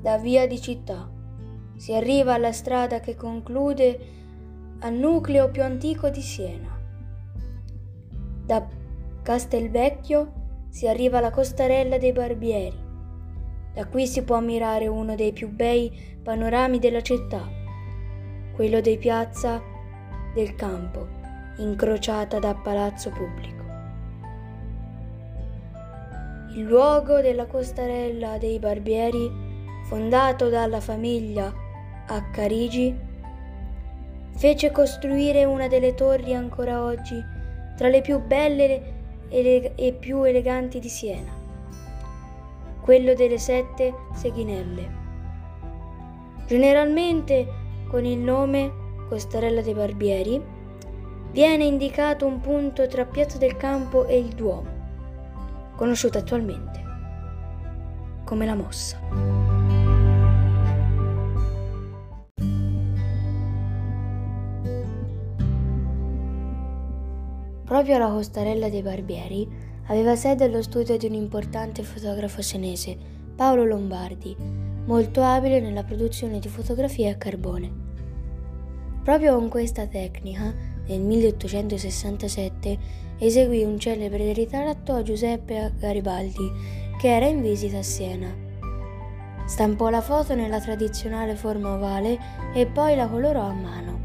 da via di Città. Si arriva alla strada che conclude al nucleo più antico di Siena. Da Castelvecchio si arriva alla Costarella dei Barbieri. Da qui si può ammirare uno dei più bei panorami della città, quello di Piazza del Campo, incrociata da Palazzo Pubblico. Il luogo della Costarella dei Barbieri, fondato dalla famiglia Accarigi, fece costruire una delle torri ancora oggi tra le più belle e più eleganti di Siena, quello delle 7 Seghinelle. Generalmente con il nome Costarella dei Barbieri viene indicato un punto tra Piazza del Campo e il Duomo, conosciuto attualmente come la Mossa. Proprio la Costarella dei Barbieri aveva sede lo studio di un importante fotografo senese, Paolo Lombardi, molto abile nella produzione di fotografie a carbone. Proprio con questa tecnica, nel 1867, eseguì un celebre ritratto a Giuseppe Garibaldi, che era in visita a Siena. Stampò la foto nella tradizionale forma ovale e poi la colorò a mano.